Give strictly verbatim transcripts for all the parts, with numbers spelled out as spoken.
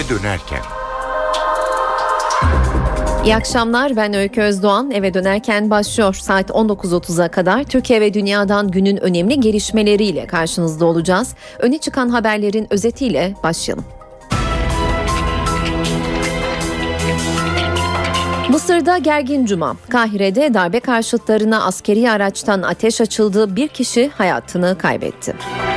dönerken. İyi akşamlar, ben Öykü Özdoğan. Eve dönerken başlıyor. Saat on dokuz otuza kadar Türkiye ve dünyadan günün önemli gelişmeleriyle karşınızda olacağız. Öne çıkan haberlerin özetiyle başlayalım. Mısır'da gergin cuma. Kahire'de darbe karşıtlarına askeri araçtan ateş açıldı. Bir kişi hayatını kaybetti.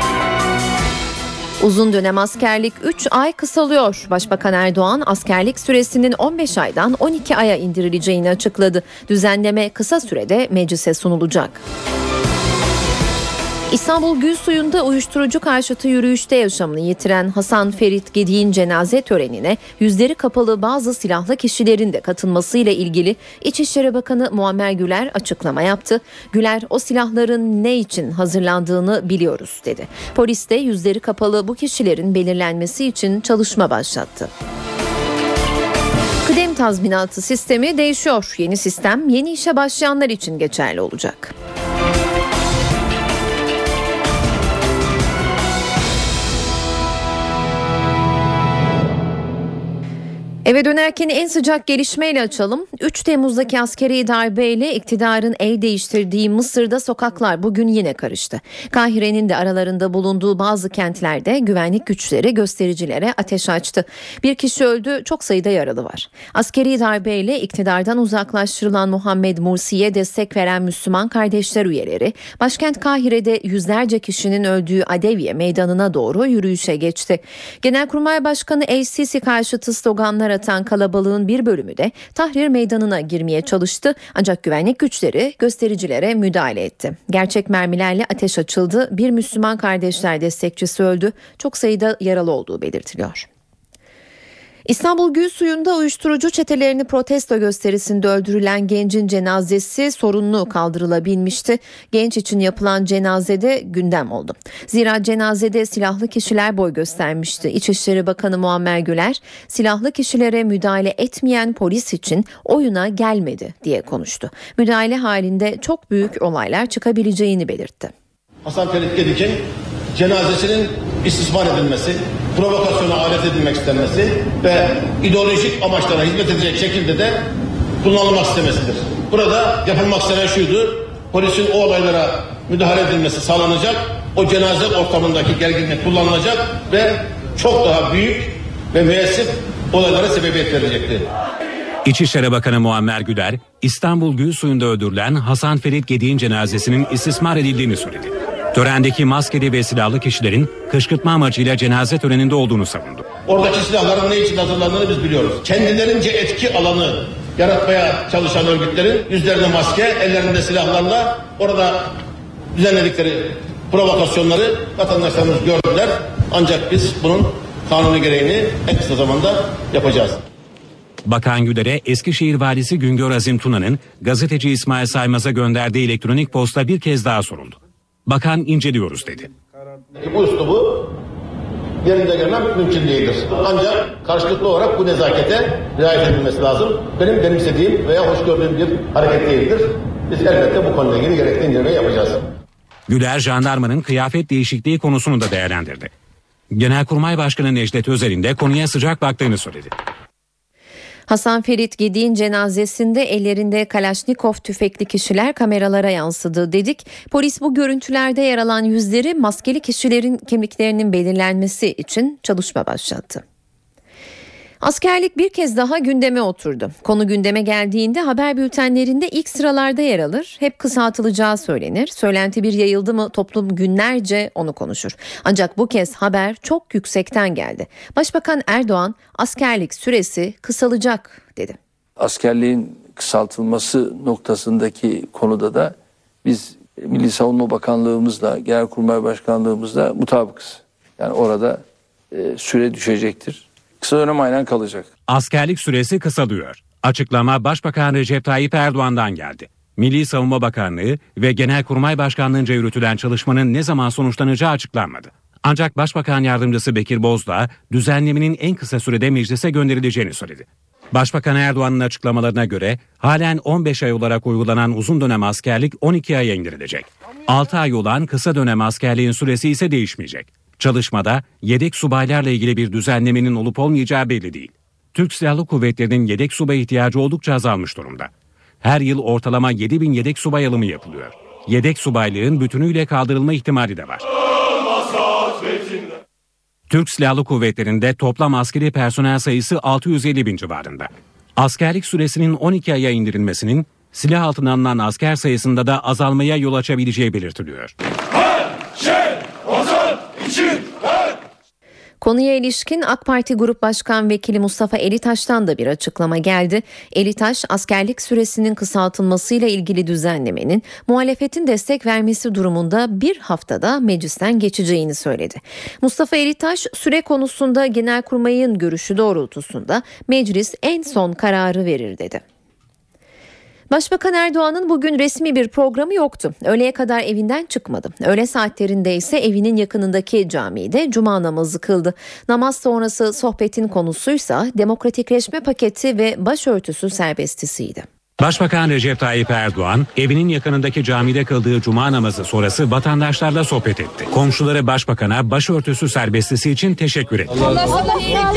Uzun dönem askerlik üç ay kısalıyor. Başbakan Erdoğan askerlik süresinin on beş aydan on iki aya indirileceğini açıkladı. Düzenleme kısa sürede meclise sunulacak. İstanbul Gülsuyu'nda uyuşturucu karşıtı yürüyüşte yaşamını yitiren Hasan Ferit Gedik'in cenaze törenine yüzleri kapalı bazı silahlı kişilerin de katılmasıyla ilgili İçişleri Bakanı Muammer Güler açıklama yaptı. Güler, o silahların ne için hazırlandığını biliyoruz dedi. Polis de yüzleri kapalı bu kişilerin belirlenmesi için çalışma başlattı. Kıdem tazminatı sistemi değişiyor. Yeni sistem yeni işe başlayanlar için geçerli olacak. Eve dönerken en sıcak gelişmeyle açalım. üç Temmuz'daki askeri darbeyle iktidarın el değiştirdiği Mısır'da sokaklar bugün yine karıştı. Kahire'nin de aralarında bulunduğu bazı kentlerde güvenlik güçleri göstericilere ateş açtı. Bir kişi öldü, çok sayıda yaralı var. Askeri darbeyle iktidardan uzaklaştırılan Muhammed Mursi'ye destek veren Müslüman Kardeşler üyeleri başkent Kahire'de yüzlerce kişinin öldüğü Adeviye Meydanı'na doğru yürüyüşe geçti. Genelkurmay Başkanı El-Sisi karşıtı sloganlar atan kalabalığın bir bölümü de Tahrir Meydanı'na girmeye çalıştı, ancak güvenlik güçleri göstericilere müdahale etti. Gerçek mermilerle ateş açıldı, bir Müslüman Kardeşler destekçisi öldü, çok sayıda yaralı olduğu belirtiliyor. İstanbul Gülsuyu'nda uyuşturucu çetelerini protesto gösterisinde öldürülen gencin cenazesi sorunlu kaldırılabilmişti. Genç için yapılan cenazede gündem oldu. Zira cenazede silahlı kişiler boy göstermişti. İçişleri Bakanı Muammer Güler, silahlı kişilere müdahale etmeyen polis için oyuna gelmedi diye konuştu. Müdahale halinde çok büyük olaylar çıkabileceğini belirtti. Hasan Ferit Gedik'in cenazesinin istismar edilmesi, provokasyona alet edilmek istenmesi ve ideolojik amaçlara hizmet edecek şekilde de kullanılmak istemesidir. Burada yapılmak istenen şuydu: polisin o olaylara müdahale edilmesi sağlanacak, o cenaze ortamındaki gerginlik kullanılacak ve çok daha büyük ve müessif olaylara sebebiyet verecekti. İçişleri Bakanı Muammer Güler, İstanbul Gülsuyu'nda öldürülen Hasan Ferit Gedik'in cenazesinin istismar edildiğini söyledi. Törendeki maskeli ve silahlı kişilerin kışkırtma amacıyla cenaze töreninde olduğunu savundu. Oradaki silahların ne için hazırlandığını biz biliyoruz. Kendilerince etki alanı yaratmaya çalışan örgütlerin yüzlerinde maske, ellerinde silahlarla orada düzenledikleri provokasyonları vatandaşlarımız gördüler. Ancak biz bunun kanuni gereğini en kısa zamanda yapacağız. Bakan Güler'e Eskişehir Valisi Güngör Azim Tuna'nın gazeteci İsmail Saymaz'a gönderdiği elektronik posta bir kez daha soruldu. Bakan inceliyoruz dedi. Bu üslubu yerinde görmem mümkün değildir. Ancak karşılıklı olarak bu nezakete riayet edilmesi lazım. Benim benimsediğim veya hoş gördüğüm bir hareket değildir. Biz elbette bu konuyla ilgili gerekli incelemeyi yapacağız. Güler, jandarmanın kıyafet değişikliği konusunu da değerlendirdi. Genelkurmay Başkanı Necdet Özel'in de konuya sıcak baktığını söyledi. Hasan Ferit Gedik'in cenazesinde ellerinde Kalaşnikov tüfekli kişiler kameralara yansıdı dedik. Polis bu görüntülerde yer alan yüzleri maskeli kişilerin kimliklerinin belirlenmesi için çalışma başlattı. Askerlik bir kez daha gündeme oturdu. Konu gündeme geldiğinde haber bültenlerinde ilk sıralarda yer alır. Hep kısaltılacağı söylenir. Söylenti bir yayıldı mı toplum günlerce onu konuşur. Ancak bu kez haber çok yüksekten geldi. Başbakan Erdoğan askerlik süresi kısalacak dedi. Askerliğin kısaltılması noktasındaki konuda da biz Milli Savunma Bakanlığımızla, Genelkurmay Başkanlığımızla mutabıkız. Yani orada e, süre düşecektir. Kısa dönem aynen kalacak. Askerlik süresi kısalıyor. Açıklama Başbakan Recep Tayyip Erdoğan'dan geldi. Milli Savunma Bakanlığı ve Genelkurmay Başkanlığı'nca yürütülen çalışmanın ne zaman sonuçlanacağı açıklanmadı. Ancak Başbakan Yardımcısı Bekir Bozdağ düzenlemenin en kısa sürede meclise gönderileceğini söyledi. Başbakan Erdoğan'ın açıklamalarına göre halen on beş ay olarak uygulanan uzun dönem askerlik on iki aya indirilecek. altı ay olan kısa dönem askerliğin süresi ise değişmeyecek. Çalışmada yedek subaylarla ilgili bir düzenlemenin olup olmayacağı belli değil. Türk Silahlı Kuvvetleri'nin yedek subay ihtiyacı oldukça azalmış durumda. Her yıl ortalama yedi bin yedek subay alımı yapılıyor. Yedek subaylığın bütünüyle kaldırılma ihtimali de var. Türk Silahlı Kuvvetleri'nde toplam askeri personel sayısı altı yüz elli bin civarında. Askerlik süresinin on iki aya indirilmesinin silah altına alınan asker sayısında da azalmaya yol açabileceği belirtiliyor. Konuya ilişkin AK Parti Grup Başkan Vekili Mustafa Elitaş'tan da bir açıklama geldi. Elitaş, askerlik süresinin kısaltılmasıyla ilgili düzenlemenin muhalefetin destek vermesi durumunda bir haftada meclisten geçeceğini söyledi. Mustafa Elitaş, süre konusunda Genelkurmay'ın görüşü doğrultusunda meclis en son kararı verir dedi. Başbakan Erdoğan'ın bugün resmi bir programı yoktu. Öğleye kadar evinden çıkmadı. Öğle saatlerinde ise evinin yakınındaki camide cuma namazı kıldı. Namaz sonrası sohbetin konusuysa demokratikleşme paketi ve başörtüsü serbestisiydi. Başbakan Recep Tayyip Erdoğan evinin yakınındaki camide kıldığı cuma namazı sonrası vatandaşlarla sohbet etti. Komşuları başbakana başörtüsü serbestisi için teşekkür etti. Allah Allah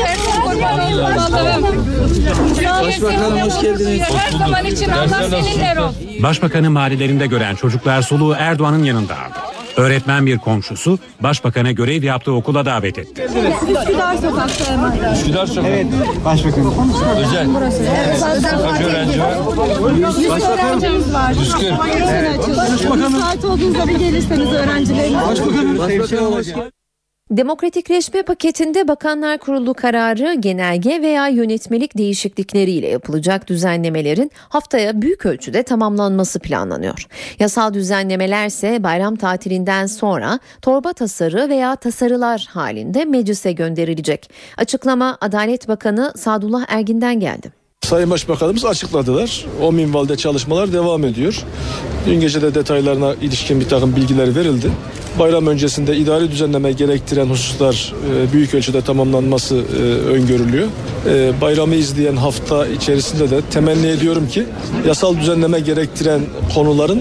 Başbakanım hoş geldiniz. Her zaman için Allah seninle olsun. Başbakanın mahallelerinde gören çocuklar soluğu Erdoğan'ın yanında aldı. Öğretmen bir komşusu başbakana görev yaptığı okula davet etti. Üsküdar Sokak'ta hemen. Üsküdar Sokak. Evet, başbakanım. Özel. Evet. Kaç öğrenci var? yüz öğrencimiz var. yüz kırk. Başbakanım. Saat olduğunuzda bir gelirseniz öğrencileriniz. Başbakanım. Başbakanım. Demokratikleşme paketinde Bakanlar Kurulu kararı, genelge veya yönetmelik değişiklikleriyle yapılacak düzenlemelerin haftaya büyük ölçüde tamamlanması planlanıyor. Yasal düzenlemelerse bayram tatilinden sonra torba tasarı veya tasarılar halinde meclise gönderilecek. Açıklama Adalet Bakanı Sadullah Ergin'den geldi. Sayın Başbakanımız açıkladılar. O minvalde çalışmalar devam ediyor. Dün gece de detaylarına ilişkin bir takım bilgiler verildi. Bayram öncesinde idari düzenleme gerektiren hususlar e, büyük ölçüde tamamlanması e, öngörülüyor. E, bayramı izleyen hafta içerisinde de temenni ediyorum ki yasal düzenleme gerektiren konuların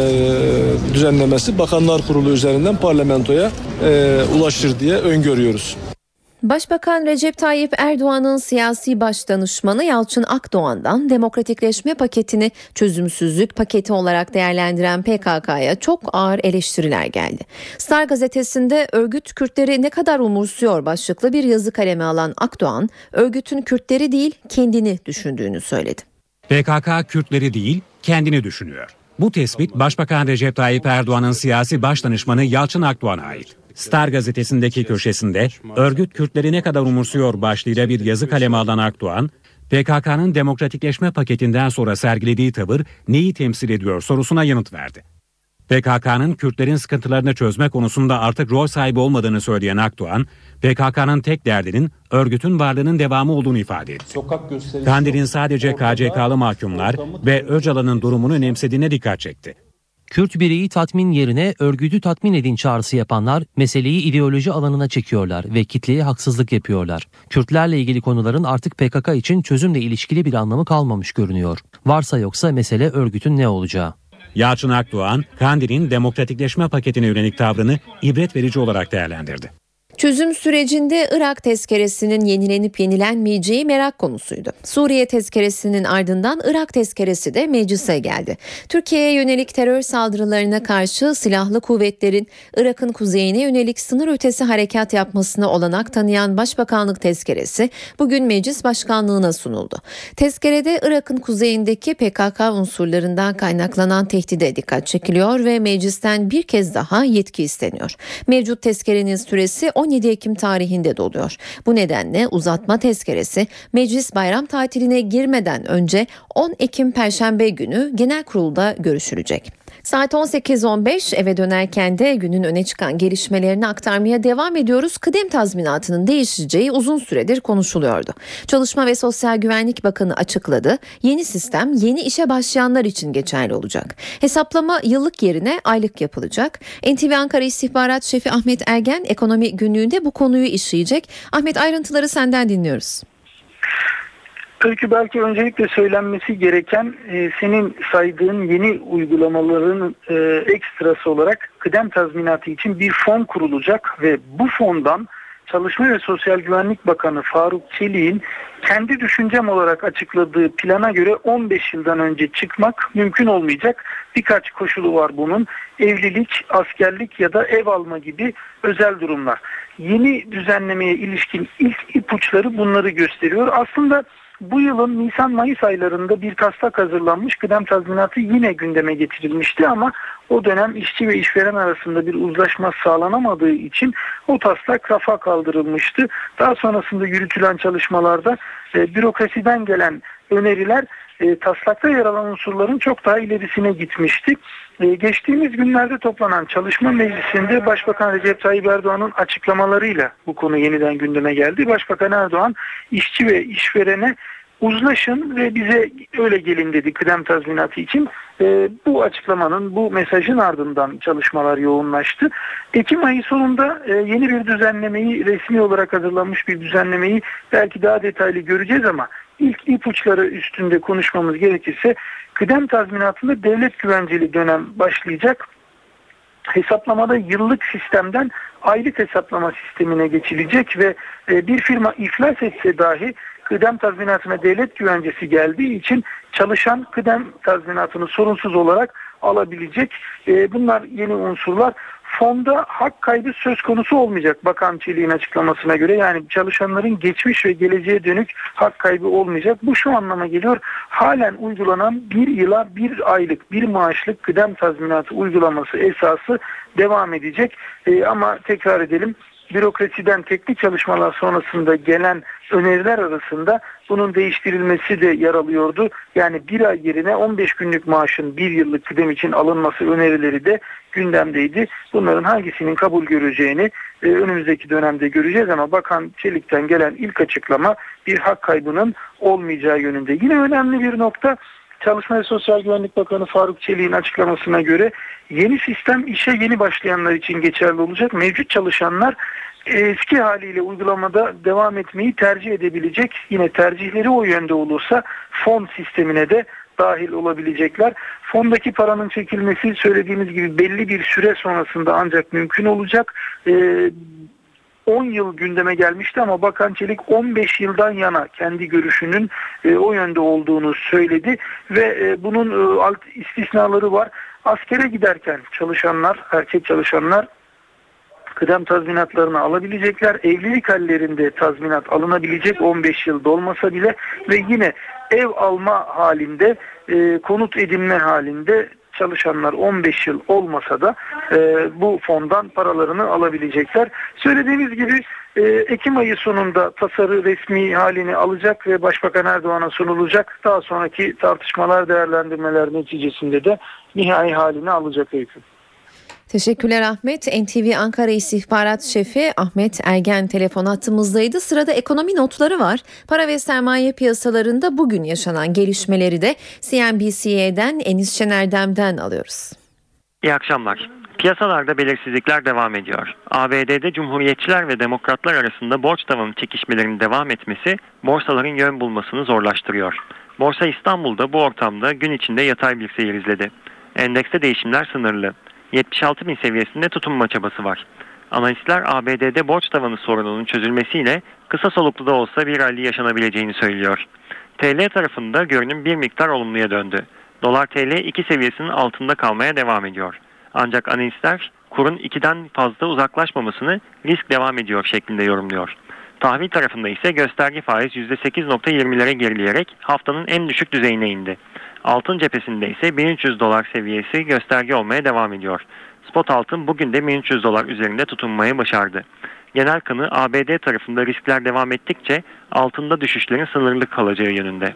e, düzenlemesi Bakanlar Kurulu üzerinden parlamentoya e, ulaşır diye öngörüyoruz. Başbakan Recep Tayyip Erdoğan'ın siyasi başdanışmanı Yalçın Akdoğan'dan demokratikleşme paketini çözümsüzlük paketi olarak değerlendiren P K K'ya çok ağır eleştiriler geldi. Star gazetesinde örgüt Kürtleri ne kadar umursuyor başlıklı bir yazı kaleme alan Akdoğan, örgütün Kürtleri değil kendini düşündüğünü söyledi. P K K Kürtleri değil kendini düşünüyor. Bu tespit Başbakan Recep Tayyip Erdoğan'ın siyasi başdanışmanı Yalçın Akdoğan'a ait. Star gazetesindeki köşesinde örgüt Kürtleri ne kadar umursuyor başlığıyla bir yazı kaleme alan Akdoğan, P K K'nın demokratikleşme paketinden sonra sergilediği tavır neyi temsil ediyor sorusuna yanıt verdi. P K K'nın Kürtlerin sıkıntılarını çözme konusunda artık rol sahibi olmadığını söyleyen Akdoğan, P K K'nın tek derdinin örgütün varlığının devamı olduğunu ifade etti. Kandil'in sadece K C K'lı mahkumlar ve Öcalan'ın durumunu önemsediğine dikkat çekti. Kürt bireyi tatmin yerine örgütü tatmin edin çağrısı yapanlar meseleyi ideoloji alanına çekiyorlar ve kitleye haksızlık yapıyorlar. Kürtlerle ilgili konuların artık P K K için çözümle ilişkili bir anlamı kalmamış görünüyor. Varsa yoksa mesele örgütün ne olacağı. Yalçın Akdoğan, Kandil'in demokratikleşme paketine yönelik tavrını ibret verici olarak değerlendirdi. Çözüm sürecinde Irak tezkeresinin yenilenip yenilenmeyeceği merak konusuydu. Suriye tezkeresinin ardından Irak tezkeresi de meclise geldi. Türkiye'ye yönelik terör saldırılarına karşı silahlı kuvvetlerin Irak'ın kuzeyine yönelik sınır ötesi harekat yapmasına olanak tanıyan Başbakanlık tezkeresi bugün meclis başkanlığına sunuldu. Tezkerede Irak'ın kuzeyindeki P K K unsurlarından kaynaklanan tehdide dikkat çekiliyor ve meclisten bir kez daha yetki isteniyor. Mevcut tezkerenin süresi on yedi Ekim tarihinde doluyor. Bu nedenle uzatma tezkeresi meclis bayram tatiline girmeden önce on Ekim Perşembe günü genel kurulda görüşülecek. Saat on sekiz on beş eve dönerken de günün öne çıkan gelişmelerini aktarmaya devam ediyoruz. Kıdem tazminatının değişeceği uzun süredir konuşuluyordu. Çalışma ve Sosyal Güvenlik Bakanı açıkladı. Yeni sistem yeni işe başlayanlar için geçerli olacak. Hesaplama yıllık yerine aylık yapılacak. N T V Ankara İstihbarat Şefi Ahmet Ergen ekonomi günlüğünde bu konuyu işleyecek. Ahmet, ayrıntıları senden dinliyoruz. Öykü, belki öncelikle söylenmesi gereken e, senin saydığın yeni uygulamaların e, ekstrası olarak kıdem tazminatı için bir fon kurulacak ve bu fondan Çalışma ve Sosyal Güvenlik Bakanı Faruk Çelik'in kendi düşüncem olarak açıkladığı plana göre on beş yıldan önce çıkmak mümkün olmayacak. Birkaç koşulu var bunun. Evlilik, askerlik ya da ev alma gibi özel durumlar. Yeni düzenlemeye ilişkin ilk ipuçları bunları gösteriyor. Aslında bu yılın Nisan-Mayıs aylarında bir taslak hazırlanmış, kıdem tazminatı yine gündeme getirilmişti ama o dönem işçi ve işveren arasında bir uzlaşma sağlanamadığı için o taslak rafa kaldırılmıştı. Daha sonrasında yürütülen çalışmalarda e, bürokrasiden gelen öneriler e, taslakta yer alan unsurların çok daha ilerisine gitmişti. E, geçtiğimiz günlerde toplanan çalışma meclisinde Başbakan Recep Tayyip Erdoğan'ın açıklamalarıyla bu konu yeniden gündeme geldi. Başbakan Erdoğan işçi ve işverene uzlaşın ve bize öyle gelin dedi kıdem tazminatı için. E, bu açıklamanın, bu mesajın ardından çalışmalar yoğunlaştı. Ekim ayı sonunda e, yeni bir düzenlemeyi, resmi olarak hazırlanmış bir düzenlemeyi belki daha detaylı göreceğiz ama ilk ipuçları üstünde konuşmamız gerekirse kıdem tazminatında devlet güvenceli dönem başlayacak. Hesaplamada yıllık sistemden aylık hesaplama sistemine geçilecek ve e, bir firma iflas etse dahi kıdem tazminatına devlet güvencesi geldiği için çalışan kıdem tazminatını sorunsuz olarak alabilecek. E, bunlar yeni unsurlar. Fonda hak kaybı söz konusu olmayacak Bakan Çelik'in açıklamasına göre. Yani çalışanların geçmiş ve geleceğe dönük hak kaybı olmayacak. Bu şu anlama geliyor. Halen uygulanan bir yıla bir aylık bir maaşlık kıdem tazminatı uygulaması esası devam edecek. E, ama tekrar edelim. Bürokrasiden teknik çalışmalar sonrasında gelen öneriler arasında bunun değiştirilmesi de yer alıyordu. Yani bir ay yerine on beş günlük maaşın bir yıllık kıdem için alınması önerileri de gündemdeydi. Bunların hangisinin kabul göreceğini e, önümüzdeki dönemde göreceğiz ama Bakan Çelik'ten gelen ilk açıklama bir hak kaybının olmayacağı yönünde. Yine önemli bir nokta, Çalışma ve Sosyal Güvenlik Bakanı Faruk Çelik'in açıklamasına göre yeni sistem işe yeni başlayanlar için geçerli olacak. Mevcut çalışanlar eski haliyle uygulamada devam etmeyi tercih edebilecek. Yine tercihleri o yönde olursa fon sistemine de dahil olabilecekler. Fondaki paranın çekilmesi söylediğimiz gibi belli bir süre sonrasında ancak mümkün olacak. Ee, on yıl gündeme gelmişti ama Bakan Çelik on beş yıldan yana kendi görüşünün e, o yönde olduğunu söyledi ve e, bunun e, alt istisnaları var. Askere giderken çalışanlar, erkek çalışanlar kıdem tazminatlarını alabilecekler. Evlilik hallerinde tazminat alınabilecek on beş yıl dolmasa bile ve yine ev alma halinde, e, konut edinme halinde çalışanlar on beş yıl olmasa da e, bu fondan paralarını alabilecekler. Söylediğimiz gibi e, Ekim ayı sonunda tasarı resmi halini alacak ve Başbakan Erdoğan'a sunulacak. Daha sonraki tartışmalar, değerlendirmeler neticesinde de nihai halini alacak Öykü. Teşekkürler Ahmet. N T V Ankara İstihbarat Şefi Ahmet Ergen telefon hattımızdaydı. Sırada ekonomi notları var. Para ve sermaye piyasalarında bugün yaşanan gelişmeleri de C N B C'den Enis Şenerdem'den alıyoruz. İyi akşamlar. Piyasalarda belirsizlikler devam ediyor. A B D'de Cumhuriyetçiler ve Demokratlar arasında borç tavanı çekişmelerinin devam etmesi borsaların yön bulmasını zorlaştırıyor. Borsa İstanbul'da bu ortamda gün içinde yatay bir seyir izledi. Endekste değişimler sınırlı. yetmiş altı bin seviyesinde tutunma çabası var. Analistler A B D'de borç tavanı sorununun çözülmesiyle kısa soluklu da olsa bir rally yaşanabileceğini söylüyor. T L tarafında görünüm bir miktar olumluya döndü. Dolar T L iki seviyesinin altında kalmaya devam ediyor. Ancak analistler kurun ikiden fazla uzaklaşmamasını risk devam ediyor şeklinde yorumluyor. Tahvil tarafında ise gösterge faiz yüzde sekiz virgül yirmilere gerileyerek haftanın en düşük düzeyine indi. Altın cephesinde ise bin üç yüz dolar seviyesi gösterge olmaya devam ediyor. Spot altın bugün de bin üç yüz dolar üzerinde tutunmayı başardı. Genel kanı A B D tarafında riskler devam ettikçe altında düşüşlerin sınırlı kalacağı yönünde.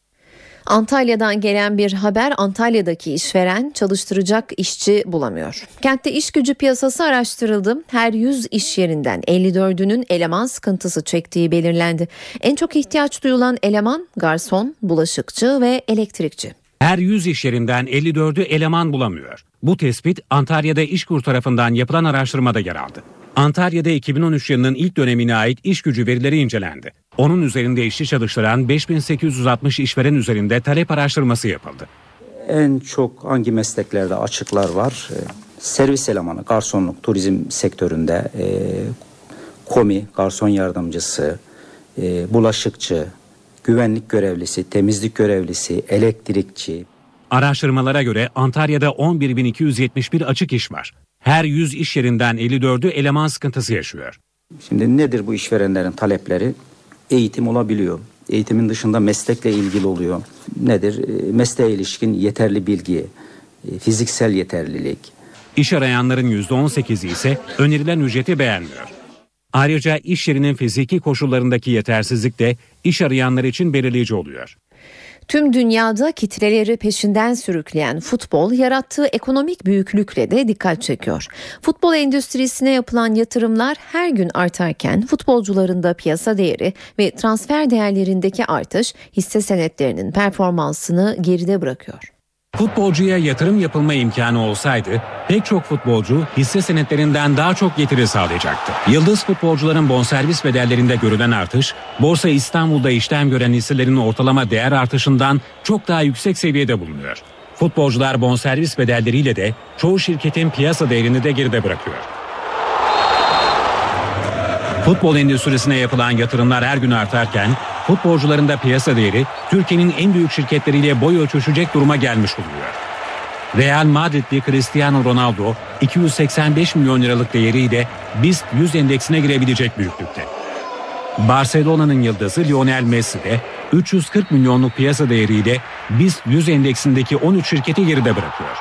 Antalya'dan gelen bir haber, Antalya'daki işveren çalıştıracak işçi bulamıyor. Kentte iş gücü piyasası araştırıldı. Her yüz iş yerinden elli dördünün eleman sıkıntısı çektiği belirlendi. En çok ihtiyaç duyulan eleman garson, bulaşıkçı ve elektrikçi. Her yüz iş yerinden elli dördü eleman bulamıyor. Bu tespit Antalya'da İşkur tarafından yapılan araştırmada yer aldı. Antalya'da iki bin on üç yılının ilk dönemine ait iş gücü verileri incelendi. Onun üzerinde işçi çalıştıran beş bin sekiz yüz altmış işveren üzerinde talep araştırması yapıldı. En çok hangi mesleklerde açıklar var? Servis elemanı, garsonluk, turizm sektöründe, e, komi, garson yardımcısı, e, bulaşıkçı, güvenlik görevlisi, temizlik görevlisi, elektrikçi. Araştırmalara göre Antalya'da on bir bin iki yüz yetmiş bir açık iş var. Her yüz iş yerinden elli dördü eleman sıkıntısı yaşıyor. Şimdi nedir bu işverenlerin talepleri? Eğitim olabiliyor. Eğitimin dışında meslekle ilgili oluyor. Nedir? Mesleğe ilişkin yeterli bilgi, fiziksel yeterlilik. İş arayanların yüzde on sekizi ise önerilen ücreti beğenmiyor. Ayrıca iş yerinin fiziki koşullarındaki yetersizlik de iş arayanlar için belirleyici oluyor. Tüm dünyada kitleleri peşinden sürükleyen futbol yarattığı ekonomik büyüklükle de dikkat çekiyor. Futbol endüstrisine yapılan yatırımlar her gün artarken futbolcuların da piyasa değeri ve transfer değerlerindeki artış hisse senetlerinin performansını geride bırakıyor. Futbolcuya yatırım yapılma imkanı olsaydı pek çok futbolcu hisse senetlerinden daha çok getiri sağlayacaktı. Yıldız futbolcuların bonservis bedellerinde görülen artış, Borsa İstanbul'da işlem gören hisselerin ortalama değer artışından çok daha yüksek seviyede bulunuyor. Futbolcular bonservis bedelleriyle de çoğu şirketin piyasa değerini de geride bırakıyor. Futbol endüstrisine yapılan yatırımlar her gün artarken futbolcuların da piyasa değeri Türkiye'nin en büyük şirketleriyle boy ölçüşecek duruma gelmiş bulunuyor. Real Madridli Cristiano Ronaldo iki yüz seksen beş milyon liralık değeriyle BIST yüz endeksine girebilecek büyüklükte. Barcelona'nın yıldızı Lionel Messi de üç yüz kırk milyonluk piyasa değeriyle BIST yüz endeksindeki on üç şirketi geride bırakıyor.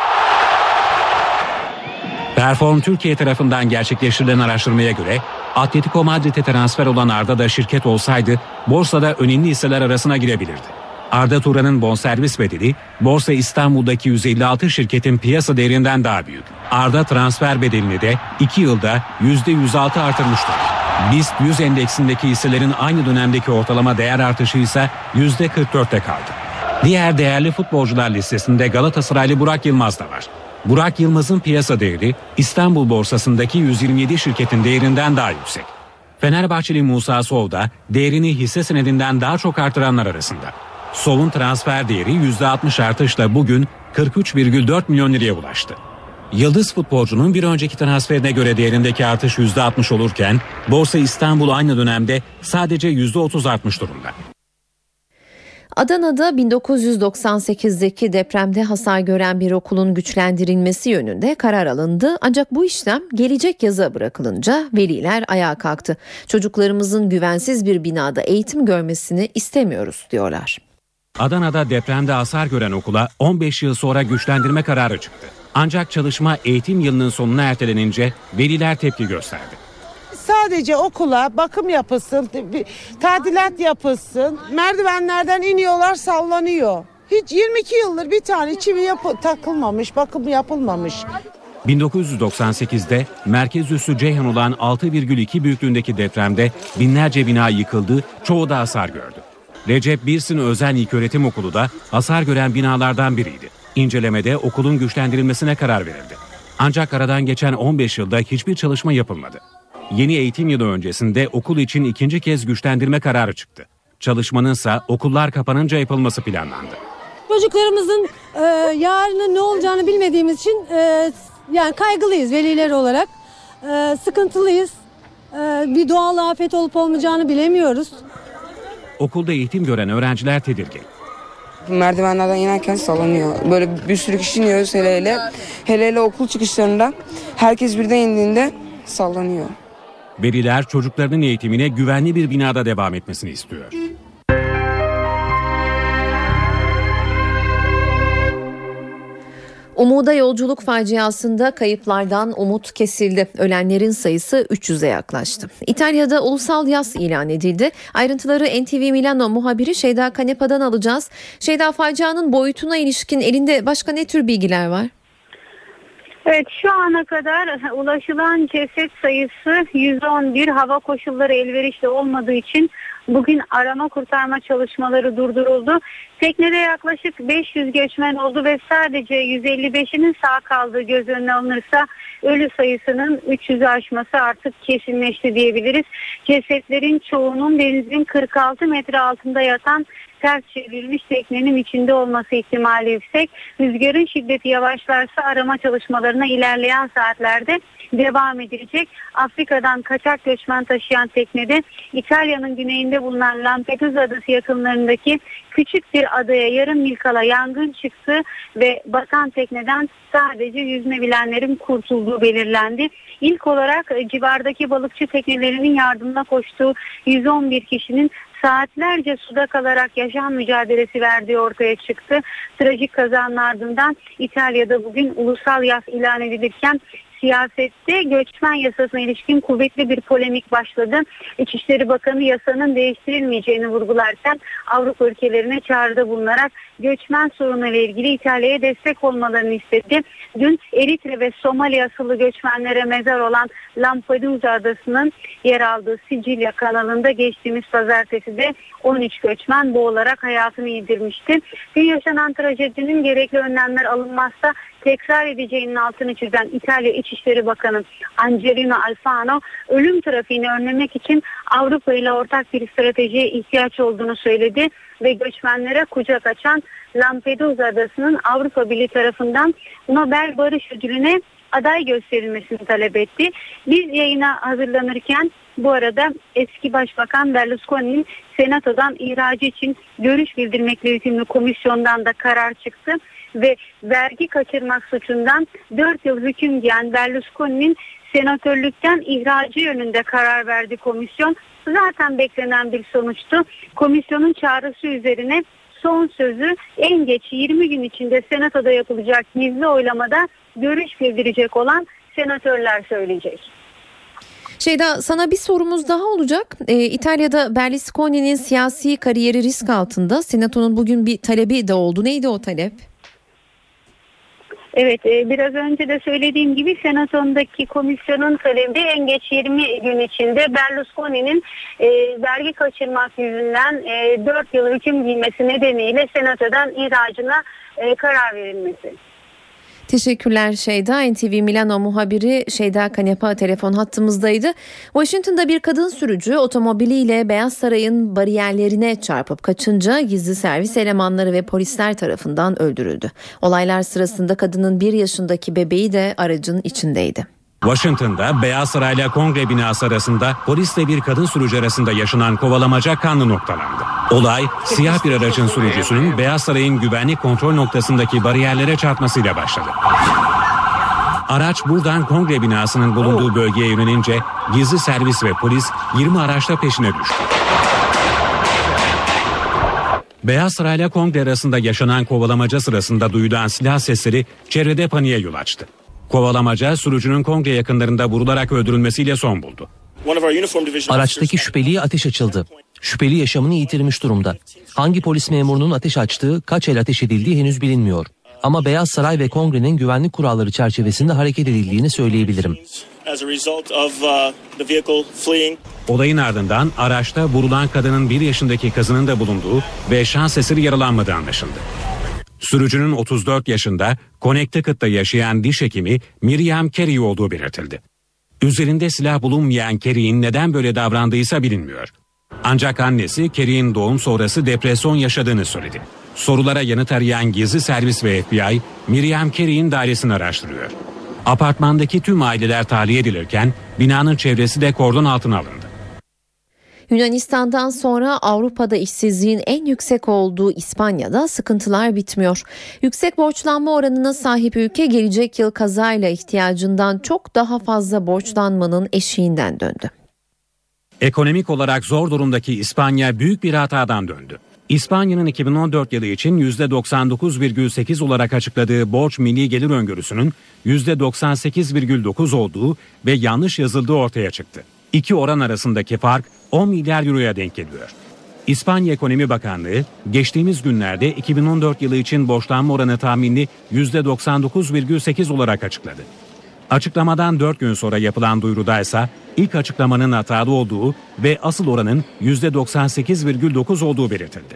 Perform Türkiye tarafından gerçekleştirilen araştırmaya göre Atletico Madrid'e transfer olan Arda da şirket olsaydı borsada önemli hisseler arasına girebilirdi. Arda Turan'ın bonservis bedeli Borsa İstanbul'daki yüz elli altı şirketin piyasa değerinden daha büyük. Arda transfer bedelini de iki yılda yüzde yüz altı artırmıştır. BIST yüz endeksindeki hisselerin aynı dönemdeki ortalama değer artışı ise yüzde kırk dörtte kaldı. Diğer değerli futbolcular listesinde Galatasaraylı Burak Yılmaz da var. Burak Yılmaz'ın piyasa değeri İstanbul borsasındaki yüz yirmi yedi şirketin değerinden daha yüksek. Fenerbahçeli Musa Sov da değerini hisse senedinden daha çok artıranlar arasında. Sov'un transfer değeri yüzde altmış artışla bugün kırk üç virgül dört milyon liraya ulaştı. Yıldız futbolcunun bir önceki transferine göre değerindeki artış yüzde altmış olurken Borsa İstanbul aynı dönemde sadece yüzde otuz artmış durumda. Adana'da bin dokuz yüz doksan sekizdeki depremde hasar gören bir okulun güçlendirilmesi yönünde karar alındı. Ancak bu işlem gelecek yaza bırakılınca veliler ayağa kalktı. Çocuklarımızın güvensiz bir binada eğitim görmesini istemiyoruz diyorlar. Adana'da depremde hasar gören okula on beş yıl sonra güçlendirme kararı çıktı. Ancak çalışma eğitim yılının sonuna ertelenince veliler tepki gösterdi. Sadece okula bakım yapılsın, tadilat yapılsın. Merdivenlerden iniyorlar, sallanıyor. Hiç yirmi iki yıldır bir tane çivi yapı, takılmamış, bakım yapılmamış. bin dokuz yüz doksan sekizde merkez üssü Ceyhan olan altı virgül iki büyüklüğündeki depremde binlerce bina yıkıldı, çoğu da hasar gördü. Recep Birsin Özel İlköğretim Okulu da hasar gören binalardan biriydi. İncelemede okulun güçlendirilmesine karar verildi. Ancak aradan geçen on beş yılda hiçbir çalışma yapılmadı. Yeni eğitim yılı öncesinde okul için ikinci kez güçlendirme kararı çıktı. Çalışmanınsa okullar kapanınca yapılması planlandı. Çocuklarımızın e, yarının ne olacağını bilmediğimiz için e, yani kaygılıyız veliler olarak. E, sıkıntılıyız. E, bir doğal afet olup olmayacağını bilemiyoruz. Okulda eğitim gören öğrenciler tedirgin. Merdivenlerden inerken sallanıyor. Böyle bir sürü kişi iniyoruz hele hele. Hele hele okul çıkışlarında herkes birden indiğinde sallanıyor. Veliler çocuklarının eğitimine güvenli bir binada devam etmesini istiyor. Umuda yolculuk faciasında kayıplardan umut kesildi. Ölenlerin sayısı üç yüze yaklaştı. İtalya'da ulusal yas ilan edildi. Ayrıntıları N T V Milano muhabiri Şeyda Kanepa'dan alacağız. Şeyda, facianın boyutuna ilişkin elinde başka ne tür bilgiler var? Evet, şu ana kadar ulaşılan ceset sayısı yüz on bir. Hava koşulları elverişli olmadığı için bugün arama kurtarma çalışmaları durduruldu. Teknede yaklaşık beş yüz göçmen oldu ve sadece yüz elli beşinin sağ kaldığı göz önüne alınırsa ölü sayısının üç yüzü aşması artık kesinleşti diyebiliriz. Cesetlerin çoğunun denizin kırk altı metre altında yatan ters çevrilmiş teknenin içinde olması ihtimali yüksek. Rüzgarın şiddeti yavaşlarsa arama çalışmalarına ilerleyen saatlerde devam edilecek. Afrika'dan kaçak göçmen taşıyan teknede İtalya'nın güneyinde bulunan Lampedusa adası yakınlarındaki küçük bir adaya yarım mil kala yangın çıktı ve batan tekneden sadece yüzme bilenlerin kurtulduğu belirlendi. İlk olarak civardaki balıkçı teknelerinin yardımına koştuğu yüz on bir kişinin saatlerce suda kalarak yaşam mücadelesi verdiği ortaya çıktı. Trajik kazanın ardından İtalya'da bugün ulusal yas ilan edilirken siyasette göçmen yasasına ilişkin kuvvetli bir polemik başladı. İçişleri Bakanı yasanın değiştirilmeyeceğini vurgularken Avrupa ülkelerine çağrıda bulunarak göçmen sorunuyla ilgili İtalya'ya destek olmalarını istedi. Dün Eritre ve Somali asıllı göçmenlere mezar olan Lampedusa adasının yer aldığı Sicilya kanalında geçtiğimiz pazartesi de on üç göçmen boğularak hayatını yitirmişti. Dün yaşanan trajedinin gerekli önlemler alınmazsa tekrar edeceğinin altını çizen İtalya İçişleri Bakanı Angelino Alfano, ölüm trafiğini önlemek için Avrupa ile ortak bir stratejiye ihtiyaç olduğunu söyledi ve göçmenlere kucak açan Lampedusa adasının Avrupa Birliği tarafından Nobel Barış Ödülü'ne aday gösterilmesini talep etti. Biz yayına hazırlanırken bu arada eski Başbakan Berlusconi'nin Senato'dan ihracı için görüş bildirmekle yükümlü komisyondan da karar çıktı ve vergi kaçırmak suçundan dört yıl hüküm giyen Berlusconi'nin senatörlükten ihracı yönünde karar verdi komisyon. Zaten beklenen bir sonuçtu. Komisyonun çağrısı üzerine son sözü en geç yirmi gün içinde Senato'da yapılacak gizli oylamada görüş bildirecek olan senatörler söyleyecek. Şeyda, sana bir sorumuz daha olacak. Ee, İtalya'da Berlusconi'nin siyasi kariyeri risk altında. Senato'nun bugün bir talebi de oldu. Neydi o talep? Evet, biraz önce de söylediğim gibi Senato'ndaki komisyonun talebi en geç yirmi gün içinde Berlusconi'nin e, vergi kaçırmak yüzünden e, dört yıl hüküm giymesi nedeniyle Senato'dan ihracına e, karar verilmesi. Teşekkürler Şeyda. N T V Milano muhabiri Şeyda Kanepa telefon hattımızdaydı. Washington'da bir kadın sürücü otomobiliyle Beyaz Saray'ın bariyerlerine çarpıp kaçınca gizli servis elemanları ve polisler tarafından öldürüldü. Olaylar sırasında kadının bir yaşındaki bebeği de aracın içindeydi. Washington'da Beyaz Saray'la Kongre binası arasında polisle bir kadın sürücü arasında yaşanan kovalamaca kanlı noktalandı. Olay, siyah bir aracın sürücüsünün Beyaz Saray'ın güvenlik kontrol noktasındaki bariyerlere çarpmasıyla başladı. Araç buradan Kongre binasının bulunduğu bölgeye yönelince gizli servis ve polis yirmi araçla peşine düştü. Beyaz Saray'la Kongre arasında yaşanan kovalamaca sırasında duyulan silah sesleri çevrede paniğe yol açtı. Kovalamaca sürücünün Kongre yakınlarında vurularak öldürülmesiyle son buldu. Araçtaki şüpheliye ateş açıldı. Şüpheli yaşamını yitirmiş durumda. Hangi polis memurunun ateş açtığı, kaç el ateş edildiği henüz bilinmiyor. Ama Beyaz Saray ve Kongre'nin güvenlik kuralları çerçevesinde hareket edildiğini söyleyebilirim. Olayın ardından araçta vurulan kadının bir yaşındaki kızının da bulunduğu ve şans eseri yaralanmadığı anlaşıldı. Sürücünün otuz dört yaşında Connecticut'ta yaşayan diş hekimi Miriam Carey olduğu belirtildi. Üzerinde silah bulunmayan Carey'in neden böyle davrandıysa bilinmiyor. Ancak annesi Carey'in doğum sonrası depresyon yaşadığını söyledi. Sorulara yanıt arayan gizli servis ve F B I, Miriam Carey'in dairesini araştırıyor. Apartmandaki tüm aileler tahliye edilirken binanın çevresi de kordon altına alındı. Yunanistan'dan sonra Avrupa'da işsizliğin en yüksek olduğu İspanya'da sıkıntılar bitmiyor. Yüksek borçlanma oranına sahip ülke gelecek yıl kazayla ihtiyacından çok daha fazla borçlanmanın eşiğinden döndü. Ekonomik olarak zor durumdaki İspanya büyük bir hatadan döndü. İspanya'nın iki bin on dört yılı için yüzde doksan dokuz virgül sekiz olarak açıkladığı borç milli gelir öngörüsünün yüzde doksan sekiz virgül dokuz olduğu ve yanlış yazıldığı ortaya çıktı. İki oran arasındaki fark on milyar euroya denk geliyor. İspanya Ekonomi Bakanlığı geçtiğimiz günlerde iki bin on dört yılı için borçlanma oranı tahminini yüzde doksan dokuz virgül sekiz olarak açıkladı. Açıklamadan dört gün sonra yapılan duyuruda ise ilk açıklamanın hatalı olduğu ve asıl oranın yüzde doksan sekiz virgül dokuz olduğu belirtildi.